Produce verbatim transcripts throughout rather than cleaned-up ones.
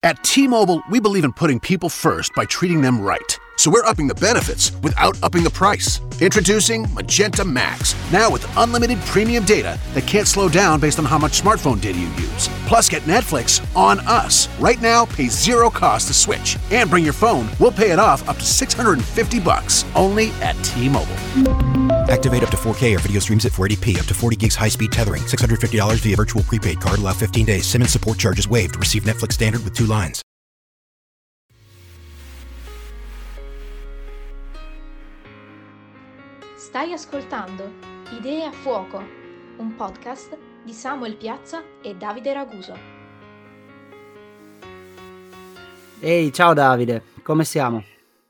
At T-Mobile, we believe in putting people first by treating them right. So we're upping the benefits without upping the price. Introducing Magenta Max, now with unlimited premium data that can't slow down based on how much smartphone data you use. Plus, get Netflix on us. Right now, pay zero cost to switch. And bring your phone, we'll pay it off up to six hundred fifty bucks, only at T-Mobile. Activate up to four K or video streams at four eighty p, up to forty gigs high-speed tethering, six hundred fifty dollars via virtual prepaid card, allow fifteen days. SIM and support charges waived. Receive Netflix standard with two lines. Stai ascoltando Idee a Fuoco, un podcast di Samuel Piazza e Davide Raguso. Ehi, ciao Davide, come siamo?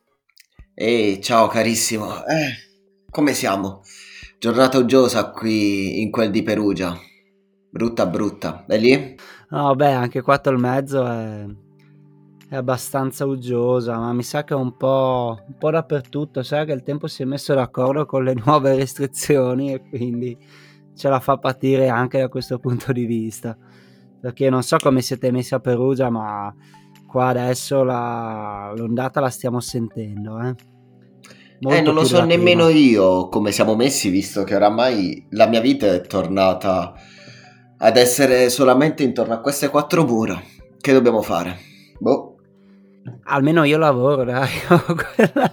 Ehi, ciao carissimo. Eh, come siamo? Giornata uggiosa qui in quel di Perugia. Brutta brutta. E lì? No, beh, anche quattro e mezzo è, è abbastanza uggiosa, ma mi sa che è un po', un po' dappertutto. Sai che il tempo si è messo d'accordo con le nuove restrizioni e quindi ce la fa patire anche da questo punto di vista. Perché io non so come siete messi a Perugia, ma qua adesso la, l'ondata la stiamo sentendo, eh. Molto Eh, non lo più so della nemmeno prima. io come siamo messi, visto che oramai la mia vita è tornata ad essere solamente intorno a queste quattro mura. Che dobbiamo fare? Boh. Almeno io lavoro, dai, ho, quella-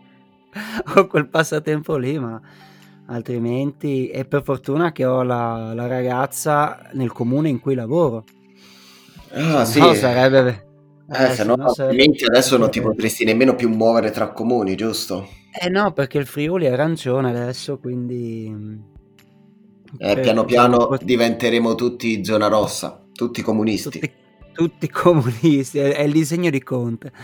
ho quel passatempo lì, ma altrimenti, e per fortuna che ho la, la ragazza nel comune in cui lavoro, Ah, se sì. no sarebbe, Eh, eh, se se no no sarebbe altrimenti adesso non ti complicato. potresti nemmeno più muovere tra comuni, giusto? Eh no, perché il Friuli è arancione adesso, quindi mm, Eh, per- piano cioè, non piano po- diventeremo tutti zona rossa, tutti comunisti. tutti, tutti comunisti, è, è il disegno di Conte.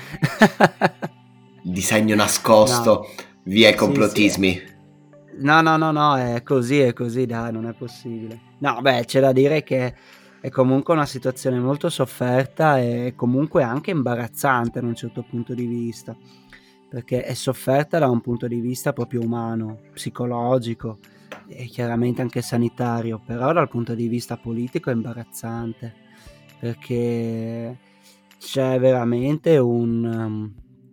Disegno No, nascosto, via i sì, sì, è- complottismi. no, no, no, no, è così, è così, dai, non è possibile. No, beh, c'è da dire che è comunque una situazione molto sofferta e comunque anche imbarazzante da un certo punto di vista, perché è sofferta da un punto di vista proprio umano, psicologico e chiaramente anche sanitario, però dal punto di vista politico è imbarazzante, perché c'è veramente un, um,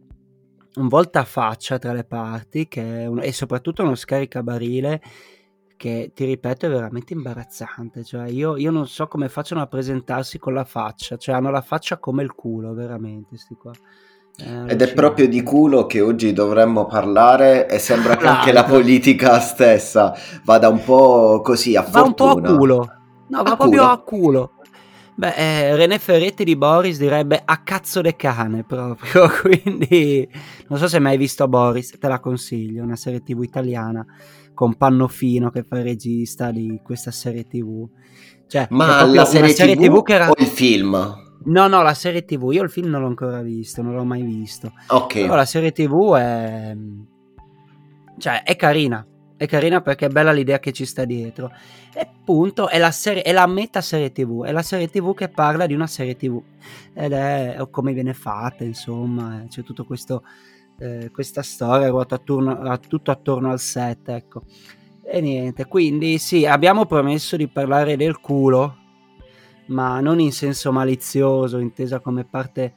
un voltafaccia tra le parti che è un- e soprattutto uno scaricabarile che, ti ripeto, è veramente imbarazzante. Cioè io, io non so come facciano a presentarsi con la faccia, cioè hanno la faccia come il culo, veramente, sti qua. È Ed è proprio di allucinante. culo che oggi dovremmo parlare e sembra Tra che anche la l'altro, politica stessa vada un po' così a va un po' a fortuna. culo, no, A va proprio a culo. culo. Beh, eh, René Ferretti di Boris direbbe a cazzo de cane proprio, quindi non so se hai mai visto Boris, te la consiglio, una serie tv italiana con Pannofino che fa il regista di questa serie tv. Cioè, è Ma la proprio una serie serie T V tv che o era... il film? No, no, la serie tv, io il film non l'ho ancora visto, non l'ho mai visto, Ok. però la serie tv è... cioè, è carina, è carina perché è bella l'idea che ci sta dietro. E appunto è la serie, è la meta serie tv, è la serie tv che parla di una serie tv ed è come viene fatta, insomma, eh, c'è tutto questo, eh, questa storia ruota attorno, a- tutto attorno al set, ecco. E niente, quindi sì, abbiamo promesso di parlare del culo, ma non in senso malizioso, intesa come parte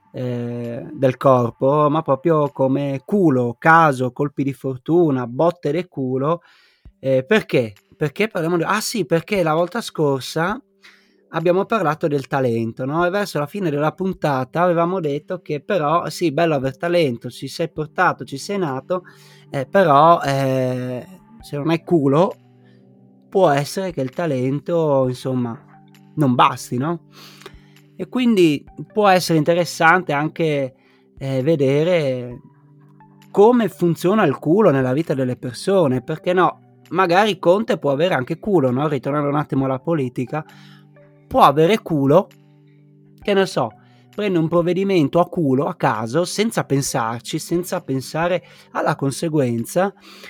eh, del corpo, ma proprio come culo, caso, colpi di fortuna, botte del culo. Eh, perché? Perché parliamo di... Ah sì, perché la volta scorsa abbiamo parlato del talento, no? E verso la fine della puntata avevamo detto che però, sì, bello aver talento, ci sei portato, ci sei nato, eh, però eh, se non hai culo può essere che il talento, insomma, non basti, no? E quindi può essere interessante anche eh, vedere come funziona il culo nella vita delle persone, perché no? Magari Conte può avere anche culo, no? Ritornando un attimo alla politica, può avere culo, che ne so, prende un provvedimento a culo, a caso, senza pensarci, senza pensare alla conseguenza,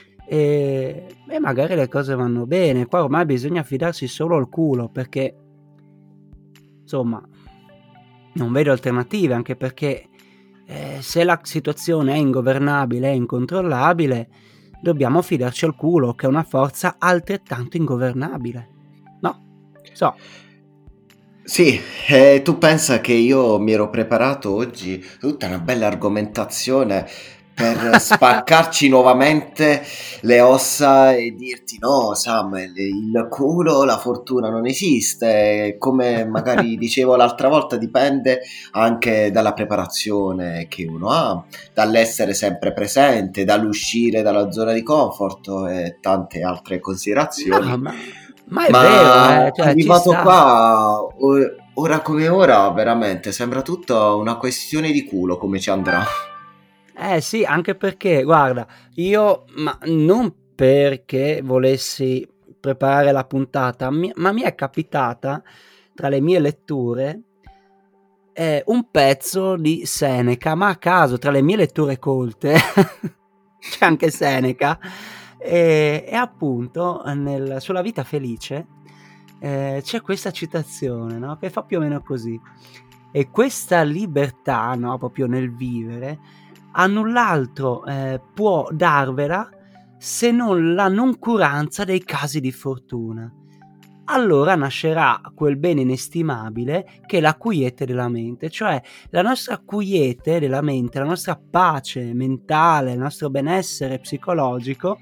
e, e magari le cose vanno bene. Qua ormai bisogna fidarsi solo al culo, perché insomma non vedo alternative, anche perché eh, se la situazione è ingovernabile, è incontrollabile, dobbiamo fidarci al culo, che è una forza altrettanto ingovernabile, no? So. Sì, eh, tu pensa che io mi ero preparato oggi tutta una bella argomentazione per spaccarci nuovamente le ossa e dirti no, Sam, il il culo, la fortuna non esiste, come magari dicevo l'altra volta, dipende anche dalla preparazione che uno ha, dall'essere sempre presente, dall'uscire dalla zona di comfort e tante altre No, considerazioni. ma, ma è vero, Ma eh, cioè ci arrivato sta. qua, o- ora come ora, veramente sembra tutta una questione di culo come ci andrà. Eh sì, anche perché, guarda, io, ma non perché volessi preparare la puntata, mi- ma mi è capitata tra le mie letture eh, un pezzo di Seneca, ma a caso, tra le mie letture colte, c'è anche Seneca, e, e appunto nel- sulla vita felice eh, c'è questa citazione, no? Che fa più o meno così. E questa libertà, no? Proprio nel vivere, a null'altro eh, può darvela se non la noncuranza dei casi di fortuna. Allora nascerà quel bene inestimabile che è la quiete della mente, cioè la nostra quiete della mente, la nostra pace mentale, il nostro benessere psicologico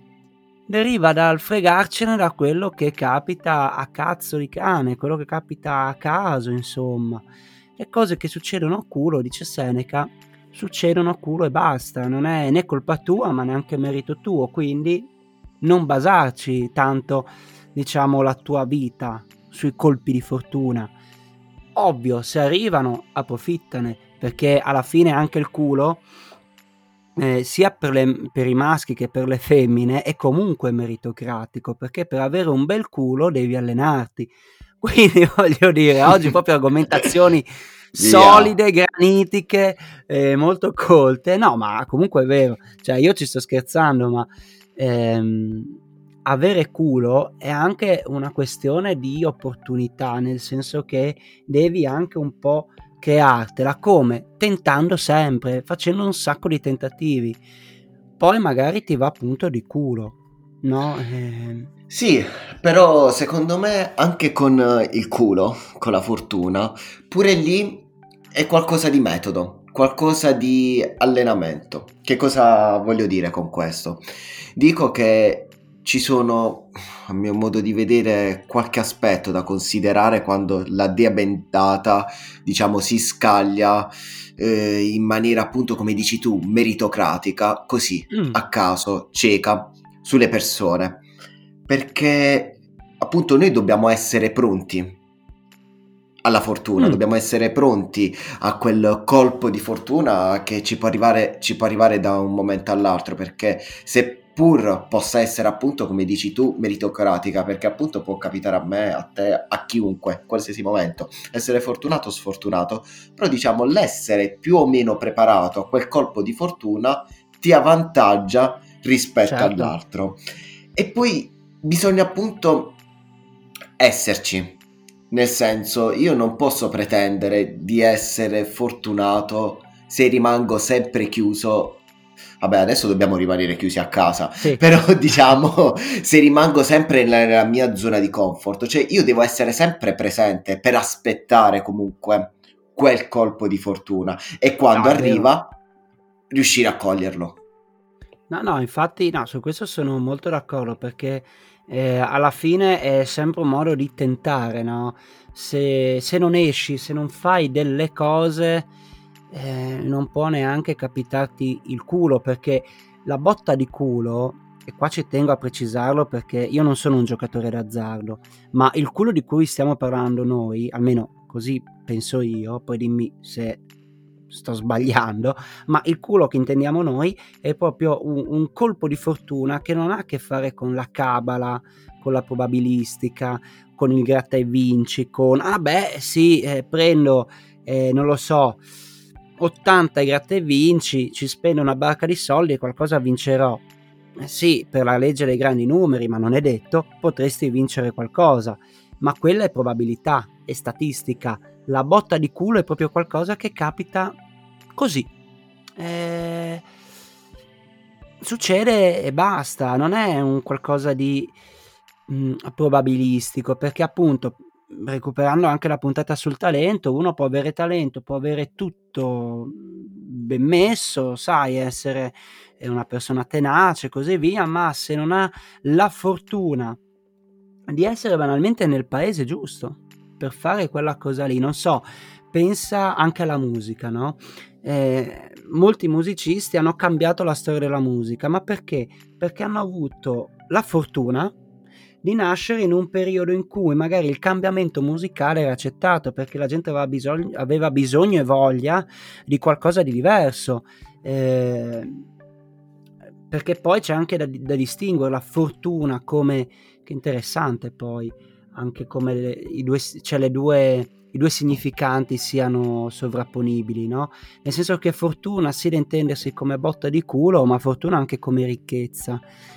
deriva dal fregarcene da quello che capita a cazzo di cane, quello che capita a caso, insomma. Le cose che succedono a culo, dice Seneca, succedono a culo e basta, non è né colpa tua ma neanche merito tuo, quindi non basarci tanto, diciamo, la tua vita sui colpi di fortuna. Ovvio, se arrivano, approfittane, perché alla fine anche il culo, eh, sia per, le- per i maschi che per le femmine, è comunque meritocratico, perché per avere un bel culo devi allenarti. Quindi voglio dire, oggi proprio argomentazioni Via. solide, granitiche, eh, molto colte. No, ma comunque è vero. Cioè, io ci sto scherzando, ma ehm, avere culo è anche una questione di opportunità, nel senso che devi anche un po' creartela. Come? Tentando sempre, facendo un sacco di tentativi. Poi magari ti va appunto di culo, no? Ehm, Sì, però secondo me anche con eh, il culo, con la fortuna, pure lì è qualcosa di metodo, qualcosa di allenamento. Che cosa voglio dire con questo? Dico che ci sono, a mio modo di vedere, qualche aspetto da considerare quando la dea bendata, diciamo, si scaglia eh, in maniera appunto, come dici tu, meritocratica, così, mm, a caso, cieca, sulle persone, perché appunto noi dobbiamo essere pronti alla fortuna, mm, dobbiamo essere pronti a quel colpo di fortuna che ci può arrivare, ci può arrivare da un momento all'altro, perché seppur possa essere appunto, come dici tu, meritocratica, perché appunto può capitare a me, a te, a chiunque, qualsiasi momento, essere fortunato o sfortunato, però diciamo l'essere più o meno preparato a quel colpo di fortuna ti avvantaggia rispetto certo. all'altro. E poi bisogna appunto esserci, nel senso io non posso pretendere di essere fortunato se rimango sempre chiuso. Vabbè, adesso dobbiamo rimanere chiusi a casa, Sì. però diciamo se rimango sempre nella, nella mia zona di comfort, cioè io devo essere sempre presente per aspettare comunque quel colpo di fortuna e No, quando è vero. arriva riuscire a coglierlo. No, no, infatti, no, su questo sono molto d'accordo perché eh, alla fine è sempre un modo di tentare, no? Se, se non esci, se non fai delle cose, eh, non può neanche capitarti il culo perché la botta di culo, e qua ci tengo a precisarlo perché io non sono un giocatore d'azzardo, ma il culo di cui stiamo parlando noi, almeno così penso io, poi dimmi se sto sbagliando, ma il culo che intendiamo noi è proprio un, un colpo di fortuna che non ha a che fare con la cabala, con la probabilistica, con il gratta e vinci, con ah beh sì, eh, prendo, eh, non lo so, ottanta e gratta e vinci, ci spendo una barca di soldi e qualcosa vincerò. Eh sì, per la legge dei grandi numeri, ma non è detto, potresti vincere qualcosa, ma quella è probabilità, è statistica. La botta di culo è proprio qualcosa che capita così. Eh, succede e basta, non è un qualcosa di mh, probabilistico, perché appunto recuperando anche la puntata sul talento, uno può avere talento, può avere tutto ben messo, sai, essere una persona tenace e così via, ma se non ha la fortuna di essere banalmente nel paese giusto per fare quella cosa lì, non so, pensa anche alla musica, no? Eh, molti musicisti hanno cambiato la storia della musica, ma perché? Perché hanno avuto la fortuna di nascere in un periodo in cui magari il cambiamento musicale era accettato, perché la gente aveva bisogno, aveva bisogno e voglia di qualcosa di diverso, eh, perché poi c'è anche da, da distinguere la fortuna come, che interessante poi, anche come le, i, due, cioè le due, i due significanti siano sovrapponibili, no? Nel senso che fortuna sia da intendersi come botta di culo, ma fortuna anche come ricchezza.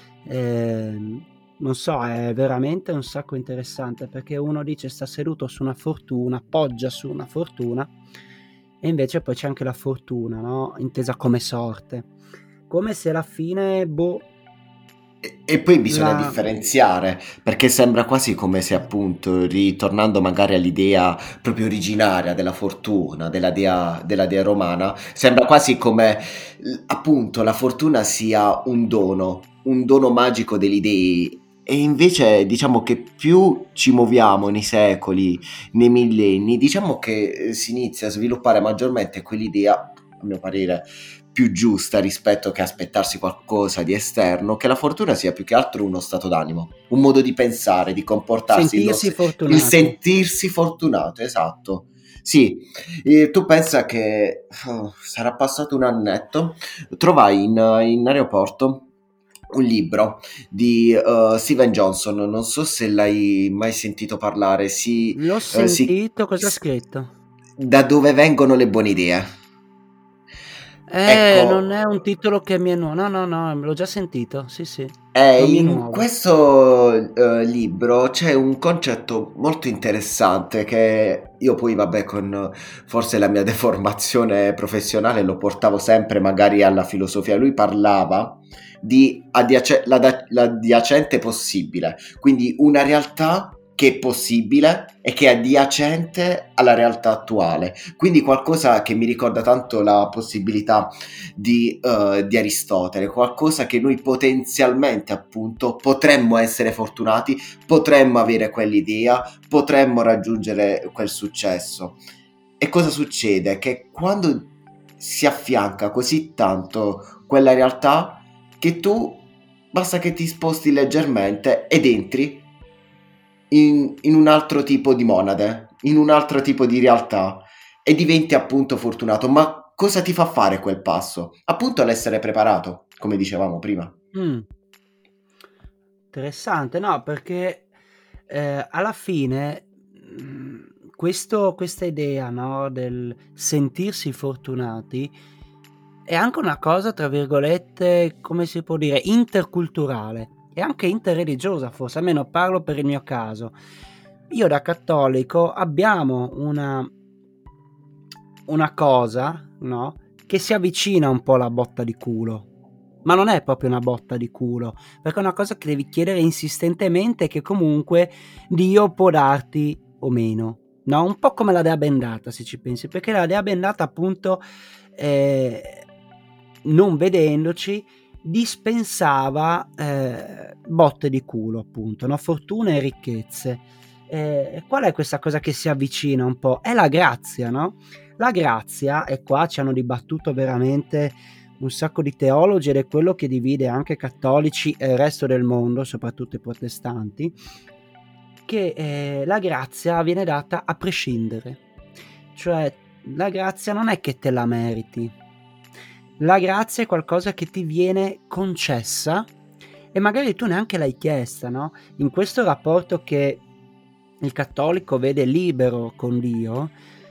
Eh, non so, è veramente un sacco interessante, perché uno dice sta seduto su una fortuna, poggia su una fortuna, e invece poi c'è anche la fortuna, no? Intesa come sorte, come se alla fine, boh. E, e poi bisogna la... differenziare, perché sembra quasi come se, appunto, ritornando magari all'idea proprio originaria della fortuna, della dea, della dea romana, sembra quasi come, appunto, la fortuna sia un dono, un dono magico degli dei. E invece diciamo che più ci muoviamo nei secoli, nei millenni, diciamo che si inizia a sviluppare maggiormente quell'idea, a mio parere, più giusta rispetto che aspettarsi qualcosa di esterno, che la fortuna sia più che altro uno stato d'animo, un modo di pensare, di comportarsi, sentirsi il, fortunato. il sentirsi fortunato, esatto. Sì, e tu pensa che oh, sarà passato un annetto, trovai in, in aeroporto un libro di uh, Steven Johnson, non so se l'hai mai sentito parlare. Si, L'ho uh, sentito, si, cosa ha scritto? Da dove vengono le buone idee. Eh, non Ecco, è un titolo che mi è nuovo, no, no, no, l'ho già sentito, sì, sì, eh, non mi è in nuovo. questo uh, libro c'è un concetto molto interessante che io poi, vabbè, con forse la mia deformazione professionale lo portavo sempre magari alla filosofia. Lui parlava di adiace- l'ada- l'adiacente possibile, quindi una realtà che è possibile e che è adiacente alla realtà attuale, quindi qualcosa che mi ricorda tanto la possibilità di, uh, di Aristotele, qualcosa che noi potenzialmente, appunto, potremmo essere fortunati, potremmo avere quell'idea, potremmo raggiungere quel successo. E cosa succede? Che quando si affianca così tanto quella realtà, che tu basta che ti sposti leggermente ed entri in, in un altro tipo di monade, in un altro tipo di realtà, e diventi appunto fortunato. Ma cosa ti fa fare quel passo? Appunto l'essere preparato, come dicevamo prima. Mm. Interessante, no, perché eh, alla fine mh, questo, questa idea, no, del sentirsi fortunati è anche una cosa, tra virgolette, come si può dire, interculturale e anche interreligiosa, forse, almeno parlo per il mio caso. Io da cattolico abbiamo una, una cosa, no, che si avvicina un po' alla botta di culo. Ma non è proprio una botta di culo, perché è una cosa che devi chiedere insistentemente, che comunque Dio può darti o meno, no? Un po' come la dea bendata, se ci pensi, perché la dea bendata, appunto, eh, non vedendoci, dispensava eh, botte di culo, appunto, no? Fortune e ricchezze. Eh, qual è questa cosa che si avvicina un po'? È la grazia, no? La grazia, e qua ci hanno dibattuto veramente un sacco di teologi, ed è quello che divide anche cattolici e il resto del mondo, soprattutto i protestanti, che eh, la grazia viene data a prescindere. Cioè, la grazia non è che te la meriti. La grazia è qualcosa che ti viene concessa e magari tu neanche l'hai chiesta, no? In questo rapporto che il cattolico vede libero con Dio,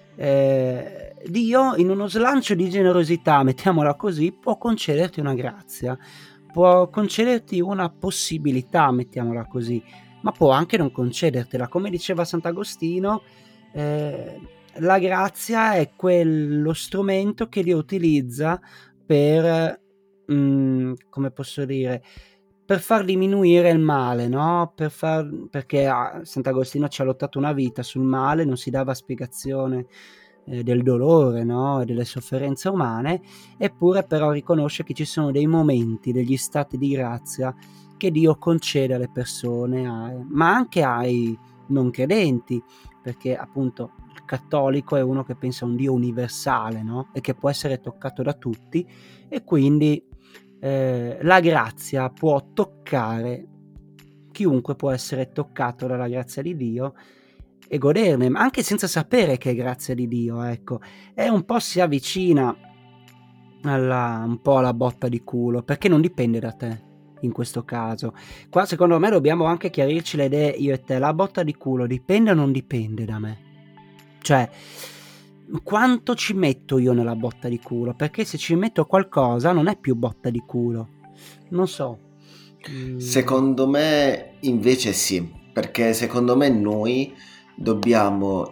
eh, Dio, in uno slancio di generosità, mettiamola così, può concederti una grazia, può concederti una possibilità, mettiamola così, ma può anche non concedertela. Come diceva Sant'Agostino, eh, la grazia è quello strumento che Dio utilizza per, mh, come posso dire, per far diminuire il male, no? Per far, perché ah, Sant'Agostino ci ha lottato una vita sul male, non si dava spiegazione eh, del dolore, no? E delle sofferenze umane, eppure però riconosce che ci sono dei momenti, degli stati di grazia che Dio concede alle persone, a, ma anche ai non credenti, perché appunto il cattolico è uno che pensa a un Dio universale, no? E che può essere toccato da tutti, e quindi eh, la grazia può toccare chiunque, può essere toccato dalla grazia di Dio e goderne, ma anche senza sapere che è grazia di Dio, ecco. E un po' si avvicina alla, un po' alla botta di culo, perché non dipende da te in questo caso. Qua secondo me dobbiamo anche chiarirci le idee io e te. La botta di culo dipende o non dipende da me? Cioè, quanto ci metto io nella botta di culo? Perché se ci metto qualcosa non è più botta di culo. Non so. Mm. Secondo me invece sì, perché secondo me noi dobbiamo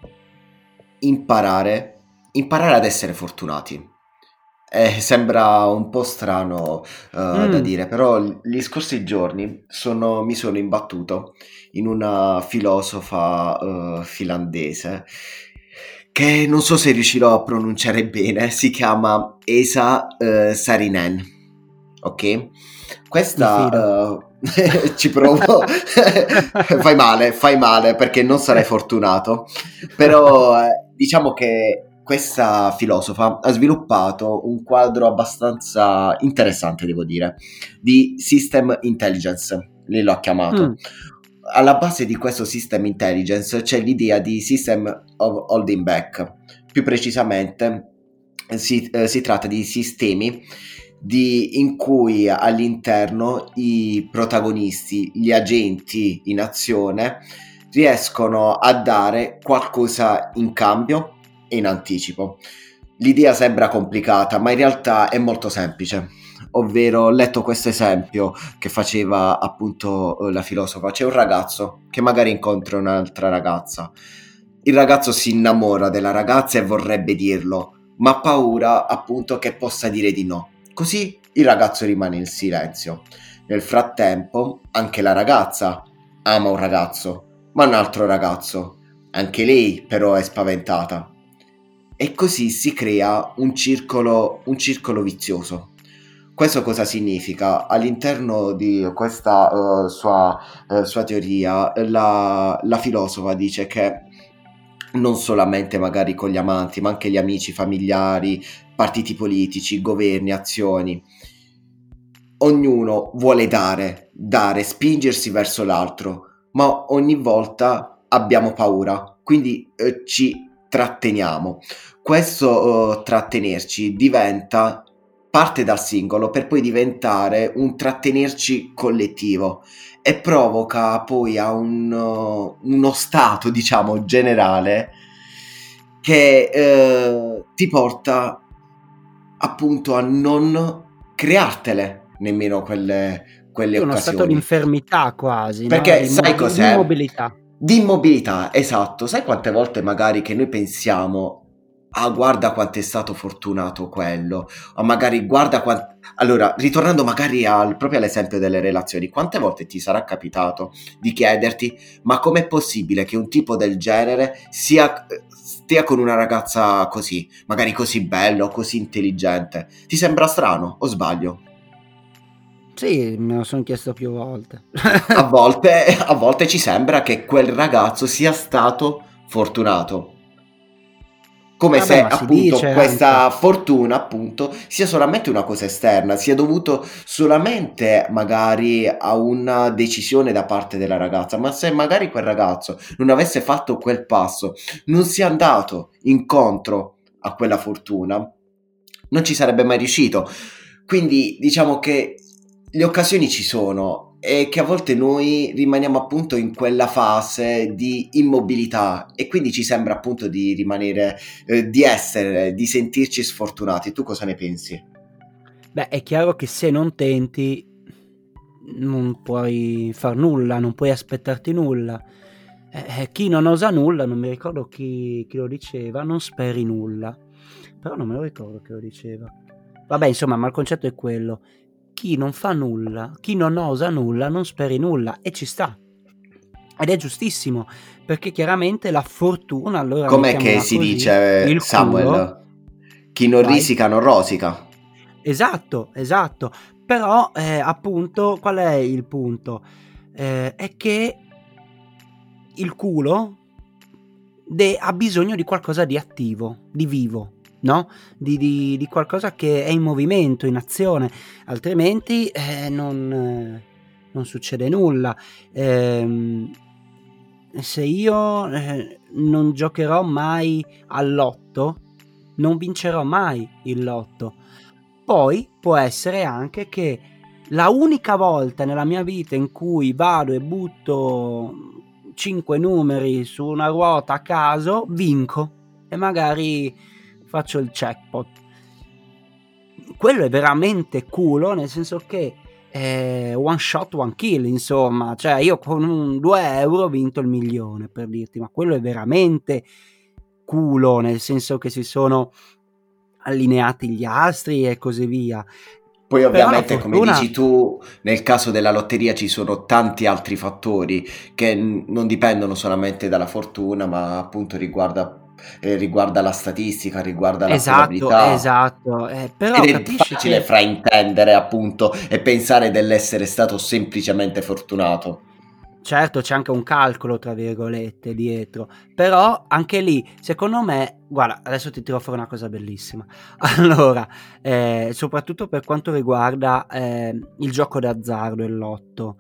imparare, imparare ad essere fortunati. Eh, sembra un po' strano uh, Mm. da dire, però gli scorsi giorni sono, mi sono imbattuto in una filosofa uh, finlandese che non so se riuscirò a pronunciare bene, si chiama Esa uh, Saarinen, ok? Questa uh, ci provo, fai male, fai male perché non sarai fortunato, però eh, diciamo che questa filosofa ha sviluppato un quadro abbastanza interessante, devo dire, di System Intelligence, lei lo ha chiamato. Mm. Alla base di questo System Intelligence c'è l'idea di System of Holding Back. Più precisamente si, eh, si tratta di sistemi di, in cui all'interno i protagonisti, gli agenti in azione, riescono a dare qualcosa in cambio e in anticipo. L'idea sembra complicata, ma in realtà è molto semplice. Ovvero, ho letto questo esempio che faceva appunto la filosofa. C'è un ragazzo che magari incontra un'altra ragazza. Il ragazzo si innamora della ragazza e vorrebbe dirlo, ma ha paura appunto che possa dire di no. Così il ragazzo rimane in silenzio. Nel frattempo, anche la ragazza ama un ragazzo, ma un altro ragazzo. Anche lei però è spaventata. E così si crea un circolo, un circolo vizioso. Questo cosa significa? All'interno di questa uh, sua, uh, sua teoria, la, la filosofa dice che non solamente magari con gli amanti, ma anche gli amici, familiari, partiti politici, governi, azioni, ognuno vuole dare, dare, spingersi verso l'altro, ma ogni volta abbiamo paura, quindi eh, ci tratteniamo. Questo uh, trattenerci diventa parte dal singolo per poi diventare un trattenerci collettivo e provoca poi a un, uh, uno stato, diciamo, generale che uh, ti porta appunto a non creartele nemmeno quelle, quelle Uno occasioni. stato di infermità quasi, perché no? sai Di, cos'è? di immobilità. Di immobilità, esatto. Sai quante volte magari che noi pensiamo ah guarda quanto è stato fortunato quello, o magari guarda quanto... Allora, ritornando magari al, proprio all'esempio delle relazioni, quante volte ti sarà capitato di chiederti ma com'è possibile che un tipo del genere sia, stia con una ragazza così, magari così bello, così intelligente? Ti sembra strano o sbaglio? Sì, me lo sono chiesto più volte. A volte, a volte ci sembra che quel ragazzo sia stato fortunato. Come Vabbè, se ma si appunto dice questa anche. fortuna appunto sia solamente una cosa esterna, sia dovuto solamente magari a una decisione da parte della ragazza, ma se magari quel ragazzo non avesse fatto quel passo, non sia andato incontro a quella fortuna, non ci sarebbe mai riuscito. Quindi diciamo che le occasioni ci sono e che a volte noi rimaniamo appunto in quella fase di immobilità e quindi ci sembra appunto di rimanere, eh, di essere, di sentirci sfortunati. Tu cosa ne pensi? Beh, è chiaro che se non tenti non puoi far nulla, non puoi aspettarti nulla. Eh, chi non osa nulla, non mi ricordo chi, chi lo diceva, non speri nulla. Però non me lo ricordo chi lo diceva. Vabbè, insomma, ma il concetto è quello. chi non fa nulla, chi non osa nulla, non speri nulla, e ci sta. Ed è giustissimo, perché chiaramente la fortuna, allora com'è che si così, dice, Samuel? Culo, chi non vai. risica non rosica. Esatto, esatto. Però eh, appunto qual è il punto? Eh, è che il culo de- ha bisogno di qualcosa di attivo, di vivo, no? Di, di, di qualcosa che è in movimento, in azione, altrimenti eh, non, eh, non succede nulla. Ehm, se io eh, non giocherò mai al lotto, non vincerò mai il lotto. Poi può essere anche che la unica volta nella mia vita in cui vado e butto cinque numeri su una ruota a caso, vinco e magari faccio il jackpot. Quello è veramente culo, nel senso che è one shot, one kill, insomma. Cioè io con un due euro ho vinto il milione, per dirti, ma quello è veramente culo, nel senso che si sono allineati gli astri e così via. Poi ovviamente, fortuna... come dici tu, nel caso della lotteria ci sono tanti altri fattori che n- non dipendono solamente dalla fortuna, ma appunto riguarda, eh, riguarda la statistica, riguarda la esatto, probabilità. Esatto, eh, però ed è capisci facile che... fraintendere appunto e pensare dell'essere stato semplicemente fortunato. Certo, c'è anche un calcolo, tra virgolette, dietro, però anche lì, secondo me, guarda, adesso ti tiro fuori una cosa bellissima. Allora, eh, soprattutto per quanto riguarda eh, il gioco d'azzardo e il lotto,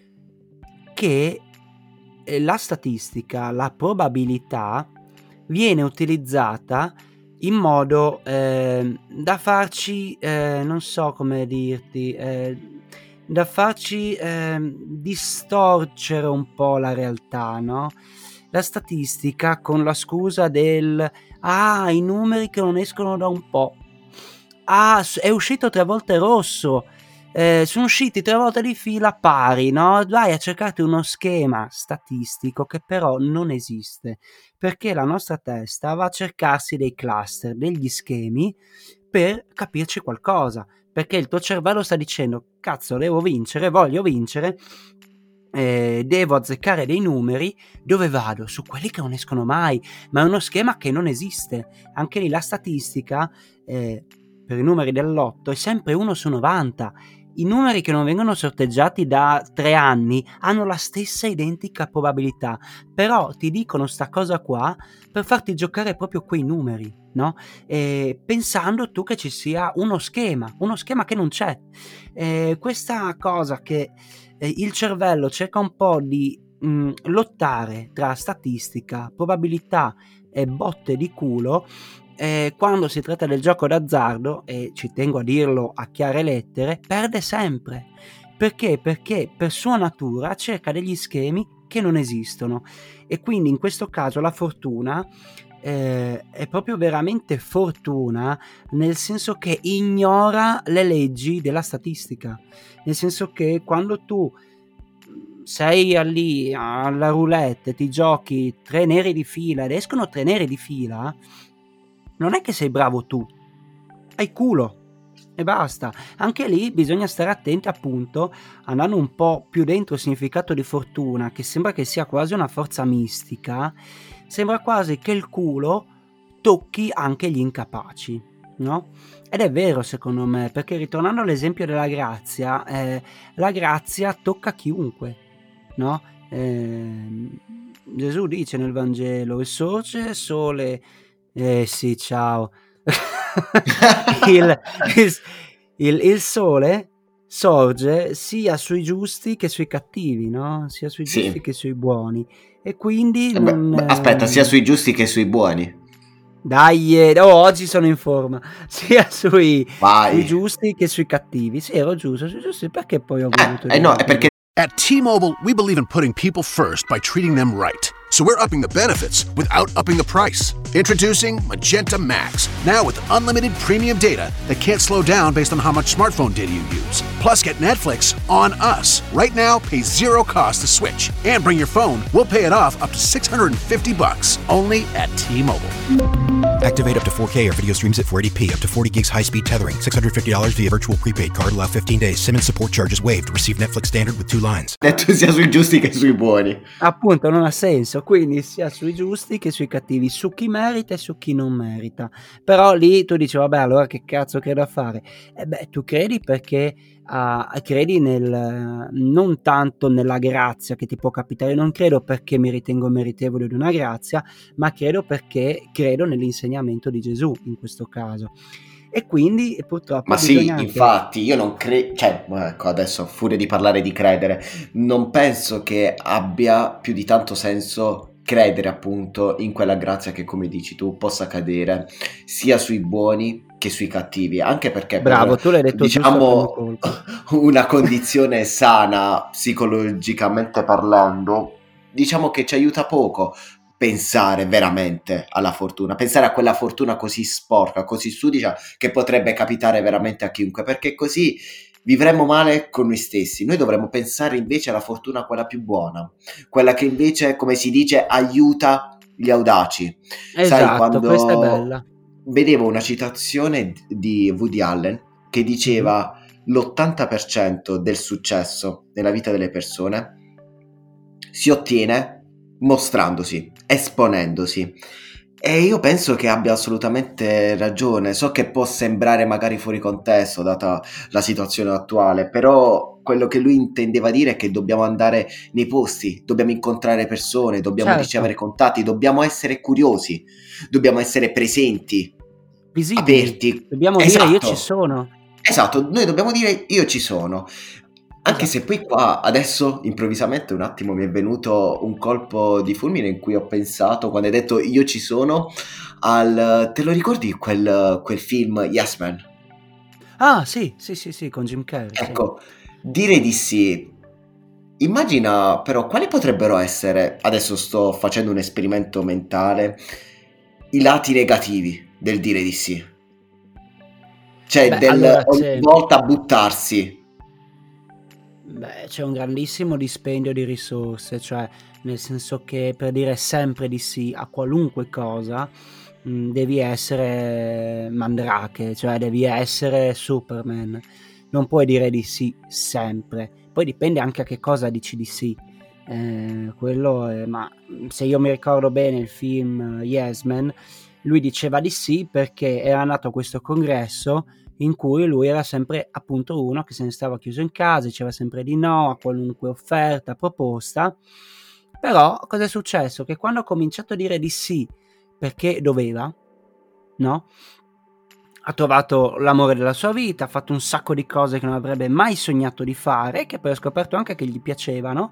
che eh, la statistica, la probabilità viene utilizzata in modo eh, da farci, eh, non so come dirti, eh, da farci eh, distorcere un po' la realtà, no? La statistica con la scusa del ah, i numeri che non escono da un po', ah, è uscito tre volte rosso, eh, sono usciti tre volte di fila pari, no? Vai a cercarti uno schema statistico che però non esiste, perché la nostra testa va a cercarsi dei cluster, degli schemi per capirci qualcosa, perché il tuo cervello sta dicendo cazzo, devo vincere, voglio vincere, eh, devo azzeccare dei numeri. Dove vado? Su quelli che non escono mai, ma è uno schema che non esiste. Anche lì la statistica eh, per i numeri del lotto è sempre uno su novanta. I numeri che non vengono sorteggiati da tre anni hanno la stessa identica probabilità, però ti dicono sta cosa qua per farti giocare proprio quei numeri, no? E pensando tu che ci sia uno schema, uno schema che non c'è. E questa cosa che eh, il cervello cerca un po' di mh, lottare tra statistica, probabilità e botte di culo, Eh, quando si tratta del gioco d'azzardo, e ci tengo a dirlo a chiare lettere, perde sempre. Perché? Perché per sua natura cerca degli schemi che non esistono, e quindi in questo caso la fortuna eh, è proprio veramente fortuna, nel senso che ignora le leggi della statistica, nel senso che quando tu sei lì alla roulette, ti giochi tre neri di fila ed escono tre neri di fila, non è che sei bravo tu, hai culo e basta. Anche lì bisogna stare attenti, appunto, andando un po' più dentro il significato di fortuna, che sembra che sia quasi una forza mistica. Sembra quasi che il culo tocchi anche gli incapaci, no? Ed è vero, secondo me, perché ritornando all'esempio della grazia, eh, la grazia tocca chiunque, no? Eh, Gesù dice nel Vangelo: il sorge sole... Eh sì, ciao. il, il, il, il sole sorge sia sui giusti che sui cattivi, no? Sia sui giusti sì. che sui buoni. E quindi eh non, beh, aspetta, sia sui giusti che sui buoni. Dai, oh, oggi sono in forma. Sia sui, sui giusti che sui cattivi. Sì, ero giusto, sui giusti, perché poi ho voluto Eh, eh no, è perché At T-Mobile, we believe in putting people first by treating them right. So we're upping the benefits without upping the price. Introducing Magenta Max, now with unlimited premium data that can't slow down based on how much smartphone data you use. Plus, get Netflix on us. Right now, pay zero cost to switch. And bring your phone, we'll pay it off up to six hundred fifty bucks. Only at T-Mobile. Activate up to four K or video streams at four eighty p, up to forty gigs high-speed tethering, six hundred fifty dollars via virtual prepaid card, allow fifteen days. SIM and support charges waived. Receive Netflix standard with two lines. Detto sia sui giusti che sui buoni. Appunto, non ha senso, quindi sia sui giusti che sui cattivi, su chi merita e su chi non merita. Però lì tu dici, vabbè, allora che cazzo credo a fare? E beh, tu credi perché uh, credi nel non tanto nella grazia che ti può capitare, non credo perché mi ritengo meritevole di una grazia, ma credo perché credo nell'insegnamento di Gesù in questo caso. E quindi purtroppo ma sì, anche... infatti io non credo, cioè ecco, adesso a furia di parlare di credere, non penso che abbia più di tanto senso credere appunto in quella grazia che, come dici tu, possa cadere sia sui buoni che sui cattivi, anche perché bravo, per, tu l'hai detto diciamo, una condizione sana psicologicamente parlando, diciamo che ci aiuta poco pensare veramente alla fortuna, pensare a quella fortuna così sporca, così sudicia, che potrebbe capitare veramente a chiunque, perché così vivremmo male con noi stessi. Noi dovremmo pensare invece alla fortuna quella più buona, quella che invece, come si dice, aiuta gli audaci. Esatto, sai, quando questa è bella. Vedevo una citazione di Woody Allen che diceva mm-hmm. l'ottanta per cento del successo nella vita delle persone si ottiene mostrandosi, esponendosi, e io penso che abbia assolutamente ragione. So che può sembrare magari fuori contesto data la situazione attuale, però quello che lui intendeva dire è che dobbiamo andare nei posti, dobbiamo incontrare persone, dobbiamo certo. ricevere contatti, dobbiamo essere curiosi, dobbiamo essere presenti, visibili, aperti, dobbiamo esatto. dire io ci sono, esatto, noi dobbiamo dire io ci sono. Anche esatto. se poi qua adesso improvvisamente un attimo mi è venuto un colpo di fulmine in cui ho pensato, quando hai detto io ci sono, al te lo ricordi quel, quel film Yes Man? Ah sì, sì sì sì, con Jim Carrey. Ecco, sì. Dire di sì. Immagina però quali potrebbero essere, adesso sto facendo un esperimento mentale, i lati negativi del dire di sì. Cioè Beh, del allora ogni c'è... volta buttarsi. Beh, c'è un grandissimo dispendio di risorse, cioè nel senso che per dire sempre di sì a qualunque cosa mh, devi essere Mandrake, cioè devi essere Superman, non puoi dire di sì sempre, poi dipende anche a che cosa dici di sì, eh, quello è, ma se io mi ricordo bene il film Yes Man, lui diceva di sì perché era andato a questo congresso in cui lui era sempre appunto uno che se ne stava chiuso in casa, diceva sempre di no a qualunque offerta, proposta. Però cosa è successo? Che quando ha cominciato a dire di sì perché doveva, no? Ha trovato l'amore della sua vita, ha fatto un sacco di cose che non avrebbe mai sognato di fare, che poi ha scoperto anche che gli piacevano.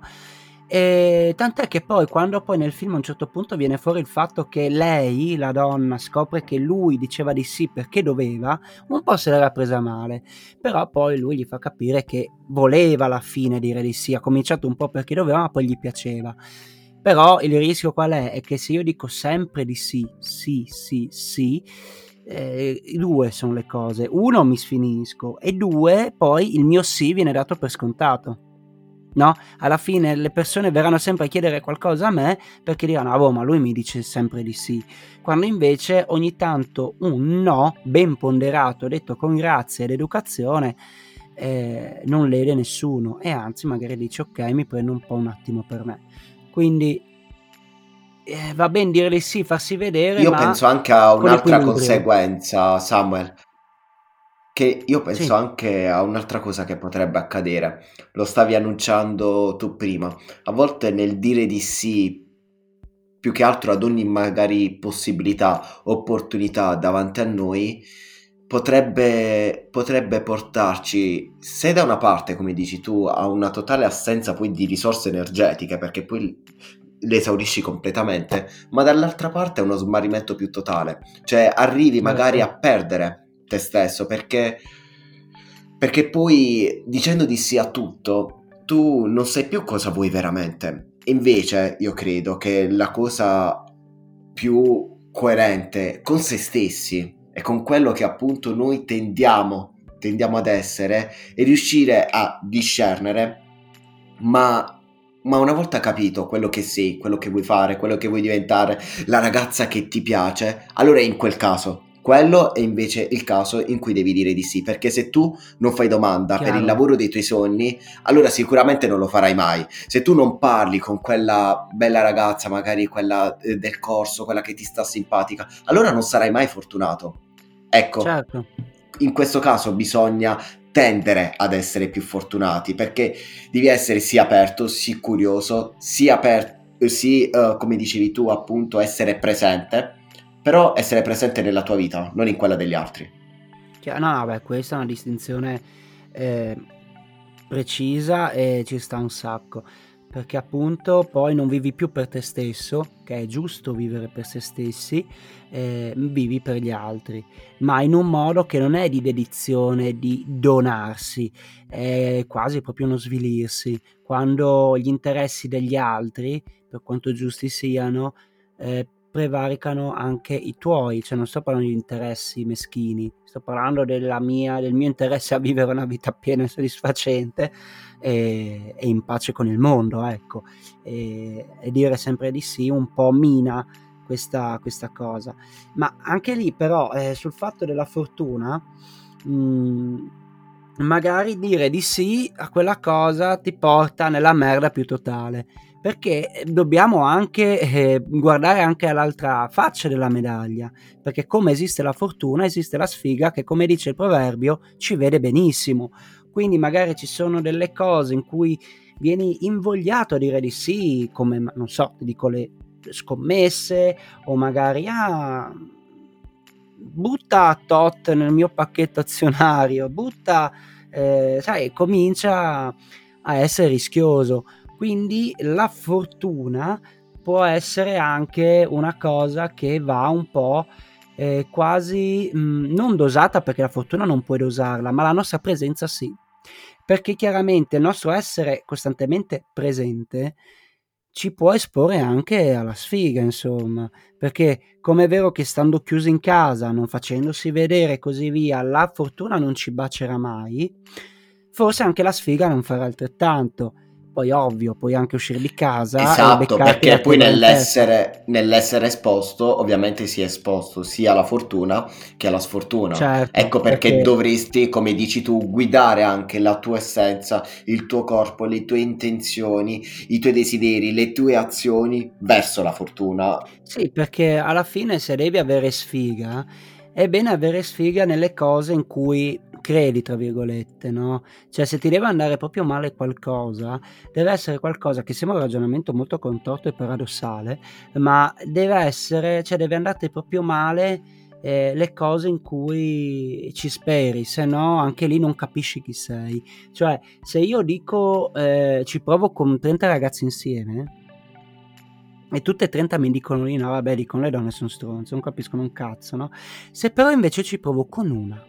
E tant'è che poi quando poi nel film a un certo punto viene fuori il fatto che lei, la donna, scopre che lui diceva di sì perché doveva, un po' se l'era presa male, però poi lui gli fa capire che voleva alla fine dire di sì, ha cominciato un po' perché doveva ma poi gli piaceva. Però il rischio qual è? È che se io dico sempre di sì, sì, sì, sì, eh, due sono le cose: uno, mi sfinisco, e due, poi il mio sì viene dato per scontato. No? Alla fine le persone verranno sempre a chiedere qualcosa a me perché diranno: ah, boh, ma lui mi dice sempre di sì, quando invece ogni tanto un no ben ponderato, detto con grazia ed educazione, eh, non lede nessuno, e anzi magari dice ok, mi prendo un po' un attimo per me. Quindi eh, va ben dire di sì, farsi vedere. Io ma penso anche a un'altra equilibrio. conseguenza, Samuel, che io penso Sì. anche a un'altra cosa che potrebbe accadere. Lo stavi annunciando tu prima. A volte nel dire di sì, più che altro ad ogni magari possibilità, opportunità davanti a noi, potrebbe, potrebbe portarci, se da una parte, come dici tu, a una totale assenza poi di risorse energetiche, perché poi le esaurisci completamente, ma dall'altra parte a uno smarrimento più totale. Cioè arrivi magari a perdere te stesso, perché perché poi dicendo di sì a tutto tu non sai più cosa vuoi veramente. Invece io credo che la cosa più coerente con se stessi e con quello che appunto noi tendiamo tendiamo ad essere è riuscire a discernere, ma Ma una volta capito quello che sei, quello che vuoi fare, quello che vuoi diventare, la ragazza che ti piace, allora in quel caso, quello è invece il caso in cui devi dire di sì, perché se tu non fai domanda per il Chiaro. lavoro dei tuoi sogni, allora sicuramente non lo farai mai. Se tu non parli con quella bella ragazza, magari quella eh, del corso, quella che ti sta simpatica, allora non sarai mai fortunato. Ecco, Certo. in questo caso bisogna tendere ad essere più fortunati, perché devi essere sì aperto, sì curioso, sì aperto, sì, eh, come dicevi tu, appunto, essere presente, però essere presente nella tua vita, non in quella degli altri. Chia- No, no, beh, questa è una distinzione eh, precisa e ci sta un sacco, perché appunto poi non vivi più per te stesso, che è giusto vivere per se stessi, eh, vivi per gli altri, ma in un modo che non è di dedizione, di donarsi, è quasi proprio uno svilirsi, quando gli interessi degli altri, per quanto giusti siano, eh, prevaricano anche i tuoi, cioè non sto parlando di interessi meschini, sto parlando della mia, del mio interesse a vivere una vita piena e soddisfacente e, e in pace con il mondo, ecco, e, e dire sempre di sì un po' mina questa, questa cosa, ma anche lì però eh, sul fatto della fortuna, mh, magari dire di sì a quella cosa ti porta nella merda più totale, perché dobbiamo anche eh, guardare anche all'altra faccia della medaglia, perché come esiste la fortuna esiste la sfiga che, come dice il proverbio, ci vede benissimo. Quindi magari ci sono delle cose in cui vieni invogliato a dire di sì, come non so, ti dico le scommesse, o magari ah, butta tot nel mio pacchetto azionario, butta eh, sai, comincia a essere rischioso. Quindi la fortuna può essere anche una cosa che va un po' eh, quasi mh, non dosata, perché la fortuna non puoi dosarla, ma la nostra presenza sì, perché chiaramente il nostro essere costantemente presente ci può esporre anche alla sfiga, insomma, perché come è vero che stando chiusi in casa, non facendosi vedere e così via, la fortuna non ci bacerà mai, forse anche la sfiga non farà altrettanto. Poi ovvio, puoi anche uscire di casa e Esatto, beccarti la perché poi piega in testa. nell'essere, nell'essere esposto, ovviamente si è esposto sia alla fortuna che alla sfortuna. Certo, Ecco perché perché dovresti, come dici tu, guidare anche la tua essenza, il tuo corpo, le tue intenzioni, i tuoi desideri, le tue azioni verso la fortuna. sì, perché alla fine se devi avere sfiga, è bene avere sfiga nelle cose in cui credi, tra virgolette, no? Cioè se ti deve andare proprio male qualcosa, deve essere qualcosa che sembra un ragionamento molto contorto e paradossale, ma deve essere, cioè deve andarti proprio male eh, le cose in cui ci speri, se no anche lì non capisci chi sei. Cioè se io dico eh, ci provo con trenta ragazzi insieme e tutte e trenta mi dicono di no, vabbè, dicono le donne sono stronze, non capiscono un cazzo, no? Se però invece ci provo con una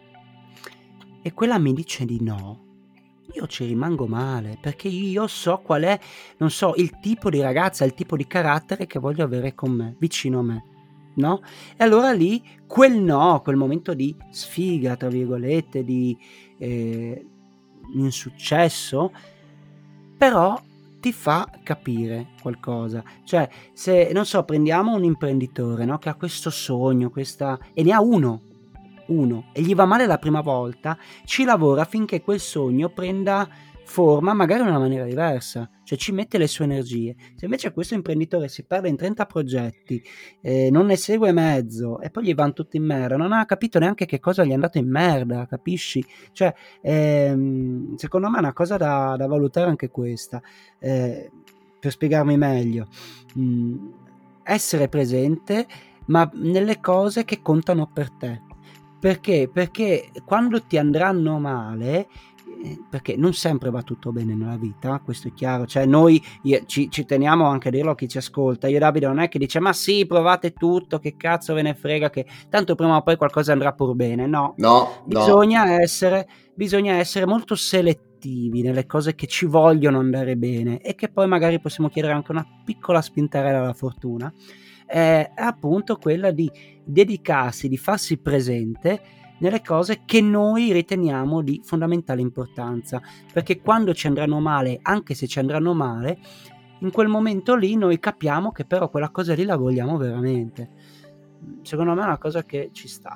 e quella mi dice di no, io ci rimango male, perché io so qual è, non so, il tipo di ragazza, il tipo di carattere che voglio avere con me, vicino a me, no? E allora lì, quel no, quel momento di sfiga, tra virgolette, di eh, insuccesso, però ti fa capire qualcosa. Cioè, se, non so, prendiamo un imprenditore, no, che ha questo sogno, questa... e ne ha uno, uno, e gli va male la prima volta, ci lavora affinché quel sogno prenda forma magari in una maniera diversa, cioè ci mette le sue energie. Se invece questo imprenditore si perde in trenta progetti, eh, non ne segue mezzo e poi gli vanno tutti in merda, non ha capito neanche che cosa gli è andato in merda, capisci? Cioè, ehm, secondo me è una cosa da, da valutare anche questa. Eh, per spiegarmi meglio, mh, essere presente ma nelle cose che contano per te. Perché? Perché quando ti andranno male, eh, perché non sempre va tutto bene nella vita, questo è chiaro, cioè noi io, ci, ci teniamo anche a dirlo a chi ci ascolta, io e Davide non è che dice ma sì, provate tutto, che cazzo ve ne frega, che tanto prima o poi qualcosa andrà pur bene, no, No, no. bisogna essere, bisogna essere molto selettivi nelle cose che ci vogliono andare bene e che poi magari possiamo chiedere anche una piccola spintarella alla fortuna, è appunto quella di dedicarsi, di farsi presente nelle cose che noi riteniamo di fondamentale importanza, perché quando ci andranno male, anche se ci andranno male, in quel momento lì noi capiamo che però quella cosa lì la vogliamo veramente. Secondo me è una cosa che ci sta.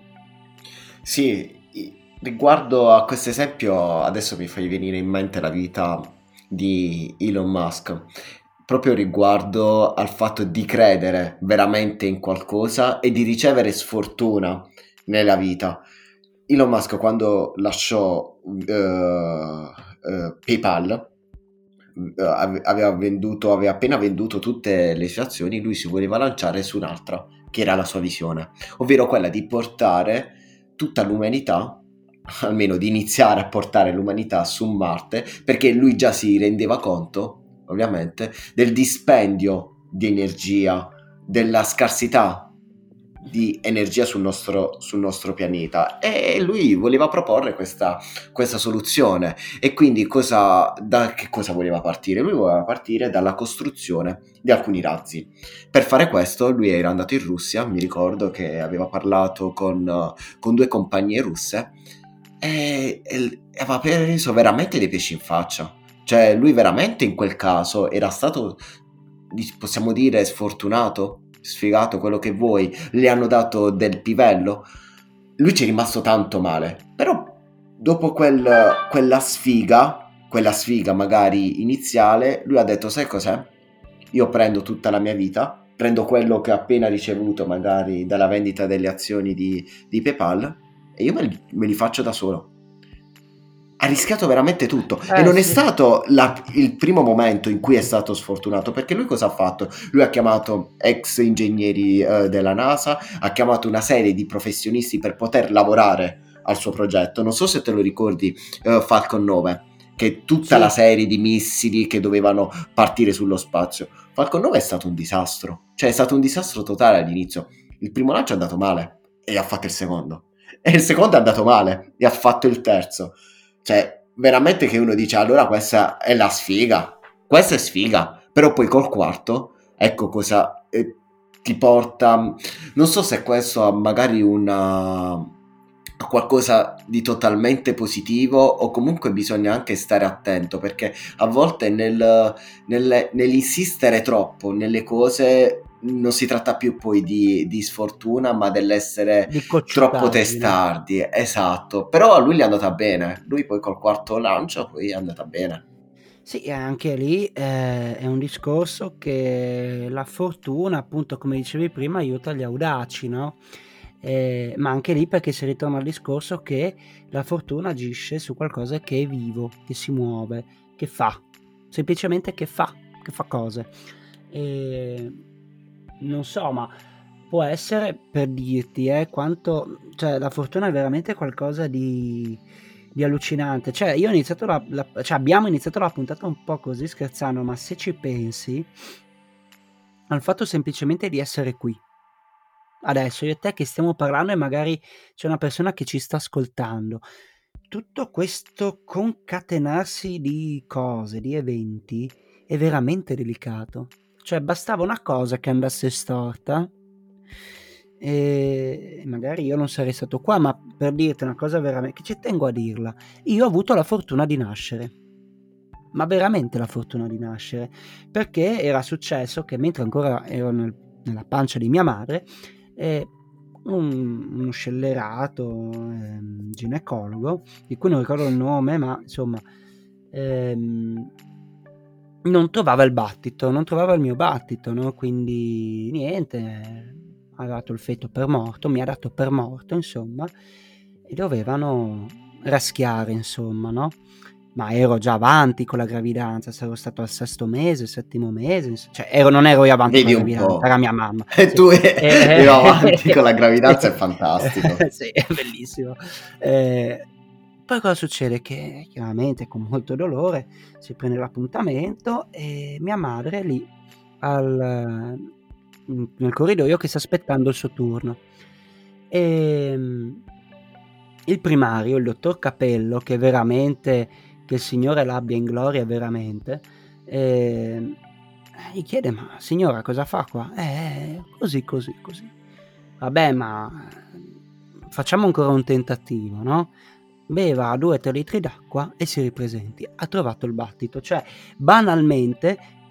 Sì, riguardo a questo esempio adesso mi fai venire in mente la vita di Elon Musk, proprio riguardo al fatto di credere veramente in qualcosa e di ricevere sfortuna nella vita. Elon Musk quando lasciò uh, uh, PayPal uh, aveva venduto, aveva appena venduto tutte le sue azioni, lui si voleva lanciare su un'altra che era la sua visione, ovvero quella di portare tutta l'umanità, almeno di iniziare a portare l'umanità su Marte, perché lui già si rendeva conto, ovviamente, del dispendio di energia, della scarsità di energia sul nostro, sul nostro pianeta, e lui voleva proporre questa, questa soluzione. E quindi cosa, da che cosa voleva partire? Lui voleva partire dalla costruzione di alcuni razzi. Per fare questo lui era andato in Russia, mi ricordo che aveva parlato con, con due compagnie russe e, e aveva preso veramente dei pesci in faccia. Cioè lui veramente in quel caso era stato, possiamo dire, sfortunato, sfigato, quello che vuoi, le hanno dato del pivello. Lui ci è rimasto tanto male, però dopo quel, quella sfiga quella sfiga magari iniziale, lui ha detto: sai cos'è? Io prendo tutta la mia vita, prendo quello che ho appena ricevuto magari dalla vendita delle azioni di, di PayPal e io me li, me li faccio da solo. Ha rischiato veramente tutto eh, e non sì. è stato la, il primo momento in cui è stato sfortunato, perché lui cosa ha fatto? Lui ha chiamato ex ingegneri eh, della NASA, ha chiamato una serie di professionisti per poter lavorare al suo progetto. Non so se te lo ricordi, eh, Falcon nove, che è tutta sì. la serie di missili che dovevano partire sullo spazio. Falcon nove è stato un disastro, cioè è stato un disastro totale all'inizio. Il primo lancio è andato male e ha fatto il secondo, e il secondo è andato male e ha fatto il terzo. Cioè, veramente che uno dice: allora questa è la sfiga, questa è sfiga, però poi col quarto, ecco cosa eh, ti porta, non so se questo ha magari una a qualcosa di totalmente positivo, o comunque bisogna anche stare attento, perché a volte nel, nel, nell'insistere troppo nelle cose non si tratta più poi di, di sfortuna, ma dell'essere di troppo testardi, esatto. Però a lui gli è andata bene, lui poi col quarto lancio poi è andata bene. Sì, anche lì eh, è un discorso che la fortuna, appunto, come dicevi prima, aiuta gli audaci, no? Eh, ma anche lì perché si ritorna al discorso che la fortuna agisce su qualcosa che è vivo, che si muove, che fa, semplicemente che fa, che fa cose. E non so, ma può essere, per dirti, eh, quanto, cioè la fortuna è veramente qualcosa di, di allucinante. Cioè io ho iniziato la, la, cioè abbiamo iniziato la puntata un po' così scherzando, ma se ci pensi al fatto semplicemente di essere qui adesso io e te che stiamo parlando, e magari c'è una persona che ci sta ascoltando, tutto questo concatenarsi di cose, di eventi, è veramente delicato. Cioè bastava una cosa che andasse storta e magari io non sarei stato qua. Ma per dirti una cosa veramente, che ci tengo a dirla, io ho avuto la fortuna di nascere, ma veramente la fortuna di nascere, perché era successo che mentre ancora ero nel, nella pancia di mia madre, eh, un, uno scellerato eh, ginecologo, di cui non ricordo il nome, ma insomma ehm, non trovava il battito, non trovava il mio battito, no? Quindi niente, ha dato il feto per morto, mi ha dato per morto, insomma, e dovevano raschiare, insomma, no? Ma ero già avanti con la gravidanza, sarò stato al sesto mese, settimo mese, cioè ero, non ero io avanti Vedi con la gravidanza, era mia mamma. E sì. Tu eri avanti con la gravidanza, è fantastico. Sì, è bellissimo. Eh, poi cosa succede? Che chiaramente con molto dolore si prende l'appuntamento e mia madre lì al, nel corridoio che sta aspettando il suo turno. E il primario, il dottor Capello, che veramente, che il Signore l'abbia in gloria veramente, eh, gli chiede: ma signora, cosa fa qua? Eh, così, così, così. Vabbè, ma facciamo ancora un tentativo, no? Beva a due o tre litri d'acqua e si ripresenti. Ha trovato il battito. Cioè, banalmente,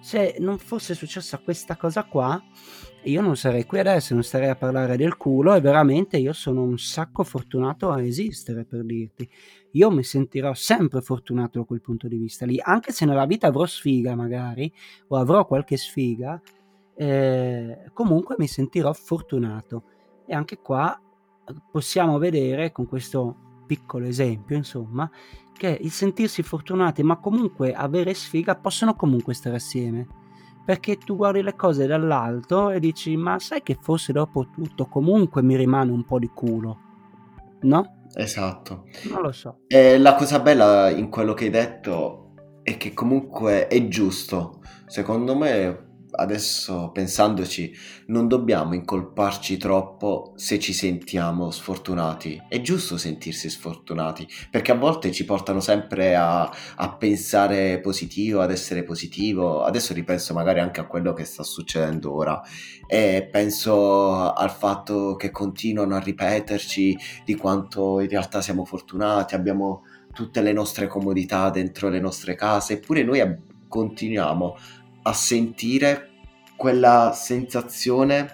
se non fosse successa questa cosa qua, io non sarei qui adesso, non starei a parlare del culo, e veramente io sono un sacco fortunato a esistere, per dirti. Io mi sentirò sempre fortunato da quel punto di vista lì, anche se nella vita avrò sfiga magari, o avrò qualche sfiga, eh, comunque mi sentirò fortunato. E anche qua possiamo vedere con questo piccolo esempio, insomma, che il sentirsi fortunati ma comunque avere sfiga possono comunque stare assieme, perché tu guardi le cose dall'alto e dici: ma sai che forse dopo tutto comunque mi rimane un po' di culo, no? Esatto. Non lo so. E la cosa bella in quello che hai detto è che comunque è giusto. Secondo me, adesso pensandoci, non dobbiamo incolparci troppo se ci sentiamo sfortunati. È giusto sentirsi sfortunati, perché a volte ci portano sempre a, a pensare positivo, ad essere positivo. Adesso ripenso magari anche a quello che sta succedendo ora e penso al fatto che continuano a ripeterci di quanto in realtà siamo fortunati, abbiamo tutte le nostre comodità dentro le nostre case, eppure noi ab- continuiamo a sentire quella sensazione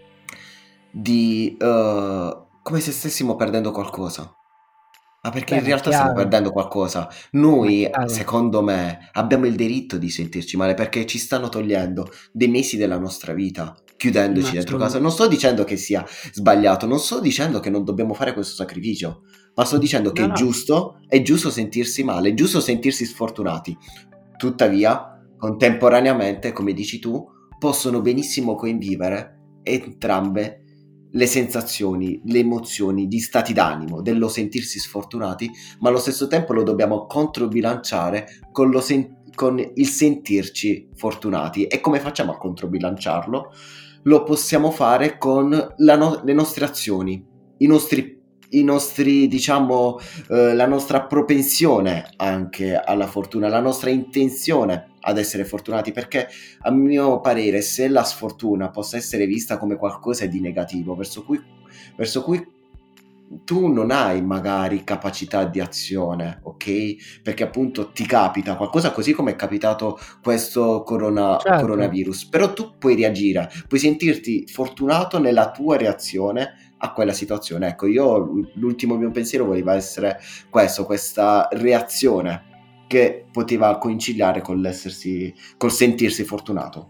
di eh, come se stessimo perdendo qualcosa. Ma perché Beh, in ma è realtà stiamo chiaro, perdendo qualcosa. ma è Noi, chiaro. secondo me, abbiamo il diritto di sentirci male perché ci stanno togliendo dei mesi della nostra vita, chiudendoci Ma dentro casa. sono... Non sto dicendo che sia sbagliato, non sto dicendo che non dobbiamo fare questo sacrificio, ma sto dicendo che No, è no, giusto, è giusto sentirsi male, è giusto sentirsi sfortunati. Tuttavia, contemporaneamente, come dici tu, possono benissimo convivere entrambe le sensazioni, le emozioni, gli stati d'animo dello sentirsi sfortunati, ma allo stesso tempo lo dobbiamo controbilanciare con, lo sen- con il sentirci fortunati. E come facciamo a controbilanciarlo? Lo possiamo fare con la no- le nostre azioni, i nostri, i nostri diciamo, eh, la nostra propensione anche alla fortuna, la nostra intenzione ad essere fortunati, perché a mio parere, se la sfortuna possa essere vista come qualcosa di negativo, verso cui, verso cui tu non hai magari capacità di azione, ok? Perché appunto ti capita qualcosa, così come è capitato questo corona, certo. coronavirus, però tu puoi reagire, puoi sentirti fortunato nella tua reazione a quella situazione. Ecco, io l'ultimo mio pensiero voleva essere questo, questa reazione che poteva coincidiare con l'essersi, col sentirsi fortunato.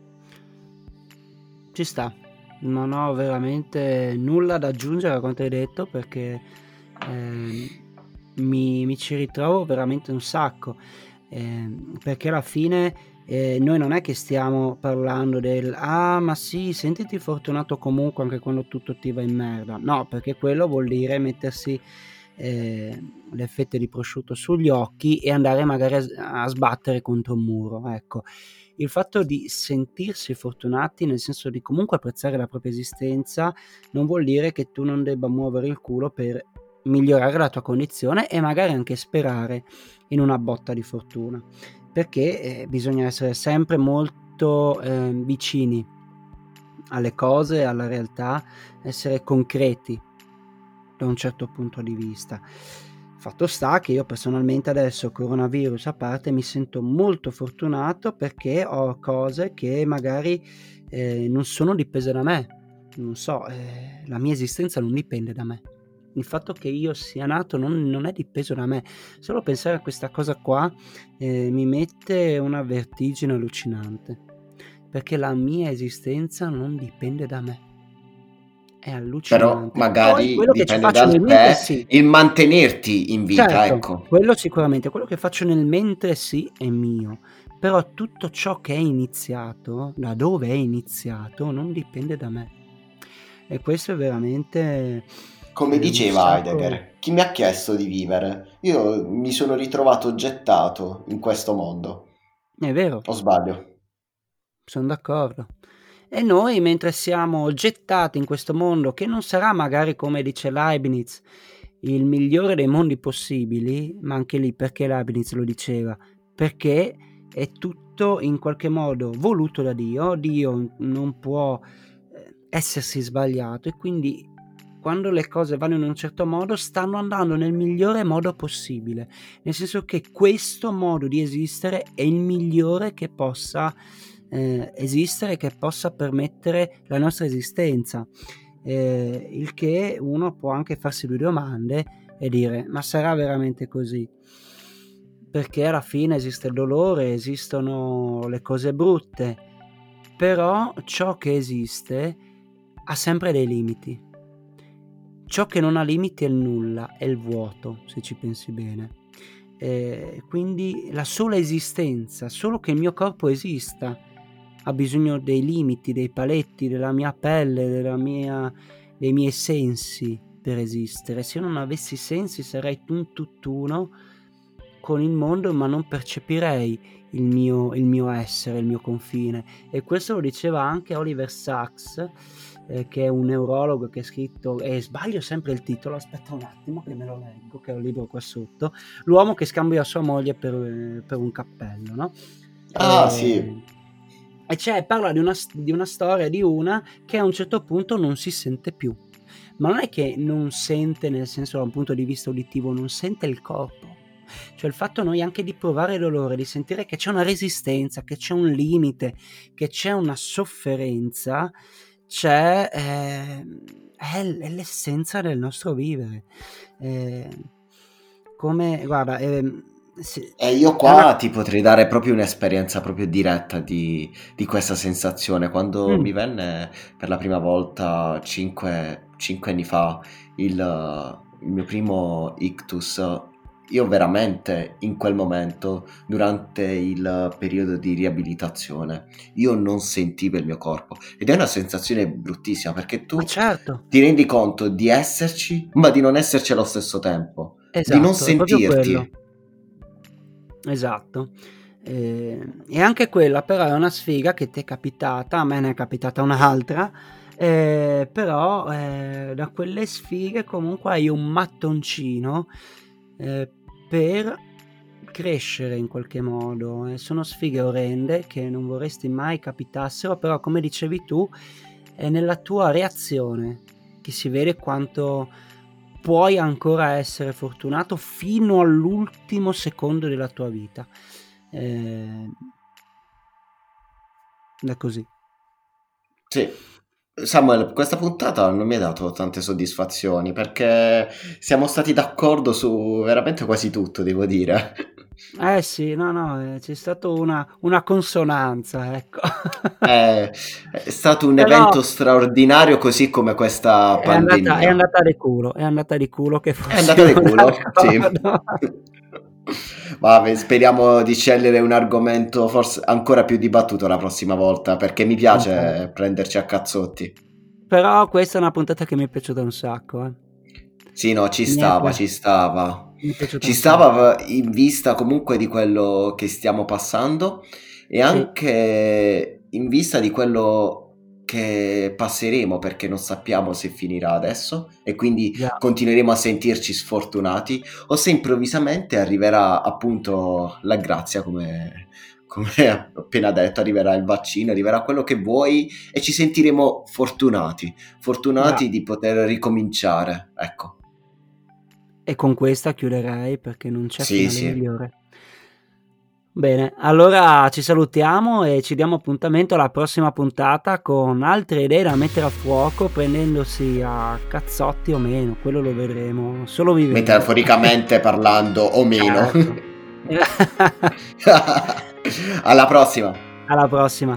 Ci sta, non ho veramente nulla da aggiungere a quanto hai detto, perché ehm, mi, mi ci ritrovo veramente un sacco, ehm, perché alla fine eh, noi non è che stiamo parlando del ah ma sì, sentiti fortunato comunque anche quando tutto ti va in merda, no, perché quello vuol dire mettersi eh, le fette di prosciutto sugli occhi e andare magari a, a sbattere contro un muro, ecco. Il fatto di sentirsi fortunati, nel senso di comunque apprezzare la propria esistenza, non vuol dire che tu non debba muovere il culo per migliorare la tua condizione e magari anche sperare in una botta di fortuna, perché eh, bisogna essere sempre molto eh, vicini alle cose, alla realtà, essere concreti da un certo punto di vista. Fatto sta che io personalmente adesso, coronavirus a parte, mi sento molto fortunato perché ho cose che magari eh, non sono dipese da me. Non so, eh, la mia esistenza non dipende da me. Il fatto che io sia nato non, non è dipeso da me. Solo pensare a questa cosa qua eh, mi mette una vertigine allucinante. Perché la mia esistenza non dipende da me. È Però allucinante. Poi magari quello che ci dipende faccio da nel mentre te sì. il mantenerti in vita, Certo, ecco. quello sicuramente, quello che faccio nel mentre sì è mio, però tutto ciò che è iniziato, da dove è iniziato, non dipende da me. E questo è veramente Come eh, un diceva sacco. Heidegger, chi mi ha chiesto di vivere? Io mi sono ritrovato gettato in questo mondo. È vero, O sbaglio? sono d'accordo. E noi, mentre siamo gettati in questo mondo, che non sarà magari, come dice Leibniz, il migliore dei mondi possibili, ma anche lì perché Leibniz lo diceva? Perché è tutto in qualche modo voluto da Dio, Dio non può eh, essersi sbagliato e quindi quando le cose vanno in un certo modo, stanno andando nel migliore modo possibile, nel senso che questo modo di esistere è il migliore che possa eh, esistere, che possa permettere la nostra esistenza, eh, il che uno può anche farsi due domande e dire: ma sarà veramente così? Perché alla fine esiste il dolore, esistono le cose brutte, però ciò che esiste ha sempre dei limiti. Ciò che non ha limiti è il nulla, è il vuoto, se ci pensi bene. Eh, quindi la sola esistenza, solo che il mio corpo esista, ha bisogno dei limiti, dei paletti, della mia pelle, della mia, dei miei sensi per esistere. Se io non avessi sensi sarei un tutt'uno con il mondo, ma non percepirei il mio, il mio essere, il mio confine. E questo lo diceva anche Oliver Sacks, eh, che è un neurologo che ha scritto, e sbaglio sempre il titolo, aspetta un attimo che me lo leggo, che ho il libro qua sotto, L'uomo che scambiò sua moglie per, per un cappello, no? Ah, e, sì. E cioè parla di una, di una storia di una che a un certo punto non si sente più, ma non è che non sente nel senso da un punto di vista uditivo, non sente il corpo. Cioè il fatto noi anche di provare dolore, di sentire che c'è una resistenza, che c'è un limite, che c'è una sofferenza, c'è eh, è, è l'essenza del nostro vivere. Eh, come guarda, eh, sì, E io qua una... ti potrei dare proprio un'esperienza proprio diretta di, di questa sensazione. Quando mm. mi venne per la prima volta cinque, cinque anni fa il, il mio primo ictus, io veramente in quel momento, durante il periodo di riabilitazione, io non sentivo il mio corpo. Ed è una sensazione bruttissima, perché tu Ma certo, ti rendi conto di esserci, ma di non esserci allo stesso tempo. Di non esatto, è proprio quello. sentirti. Esatto. Eh, e anche quella però è una sfiga che ti è capitata, a me ne è capitata un'altra, eh, però eh, da quelle sfighe comunque hai un mattoncino eh, per crescere in qualche modo. Eh, sono sfighe orrende che non vorresti mai capitassero, però come dicevi tu è nella tua reazione che si vede quanto puoi ancora essere fortunato fino all'ultimo secondo della tua vita. Eh, è così. Sì. Samuel, questa puntata non mi ha dato tante soddisfazioni, perché siamo stati d'accordo su veramente quasi tutto, devo dire. Eh sì, no, no, eh, c'è stata una, una consonanza, ecco. È, è stato un Però evento straordinario, così come questa è andata, è pandemia. andata di culo, è andata di culo che È andata fossimo di culo, sì. d'accordo. Vabbè, speriamo di scegliere un argomento forse ancora più dibattuto la prossima volta, perché mi piace Esatto. prenderci a cazzotti. Però questa è una puntata che mi è piaciuta un sacco, eh. Sì, no, ci Mi è, stava, pi- ci stava. mi è piaciuta Ci un sacco. stava in vista comunque di quello che stiamo passando e Sì, anche in vista di quello che passeremo, perché non sappiamo se finirà adesso e quindi già. continueremo a sentirci sfortunati o se improvvisamente arriverà appunto la grazia, come, come ho appena detto, arriverà il vaccino, arriverà quello che vuoi e ci sentiremo fortunati, fortunati Già. di poter ricominciare, ecco. E con questa chiuderei perché non c'è Sì, finale sì. migliore. Bene, allora ci salutiamo e ci diamo appuntamento alla prossima puntata con altre idee da mettere a fuoco, prendendosi a cazzotti o meno, quello lo vedremo solo vivendo. Metaforicamente parlando o meno. Certo. Alla prossima. Alla prossima.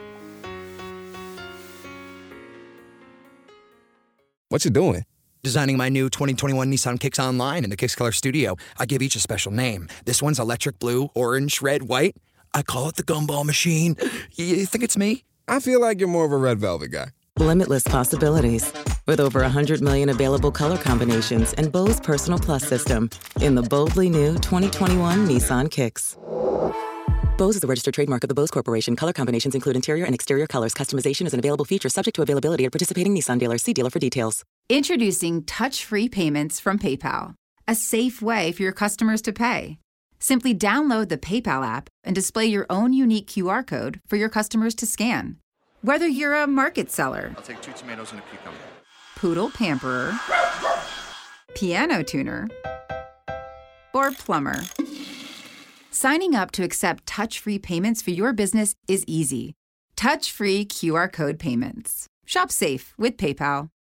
What's it doing? Designing my new twenty twenty-one Nissan Kicks Online in the Kicks Color Studio. I give each a special name. This one's electric blue, orange, red, white. I call it the Gumball Machine. You think it's me? I feel like you're more of a red velvet guy. Limitless possibilities. With over one hundred million available color combinations and Bose Personal Plus system in the boldly new twenty twenty-one Nissan Kicks. Bose is the registered trademark of the Bose Corporation. Color combinations include interior and exterior colors. Customization is an available feature subject to availability at participating Nissan dealers. See dealer for details. Introducing touch-free payments from PayPal, a safe way for your customers to pay. Simply download the PayPal app and display your own unique Q R code for your customers to scan. Whether you're a market seller, I'll take two tomatoes and a cucumber. poodle pamperer, piano tuner, or plumber. Signing up to accept touch-free payments for your business is easy. Touch-free Q R code payments. Shop safe with PayPal.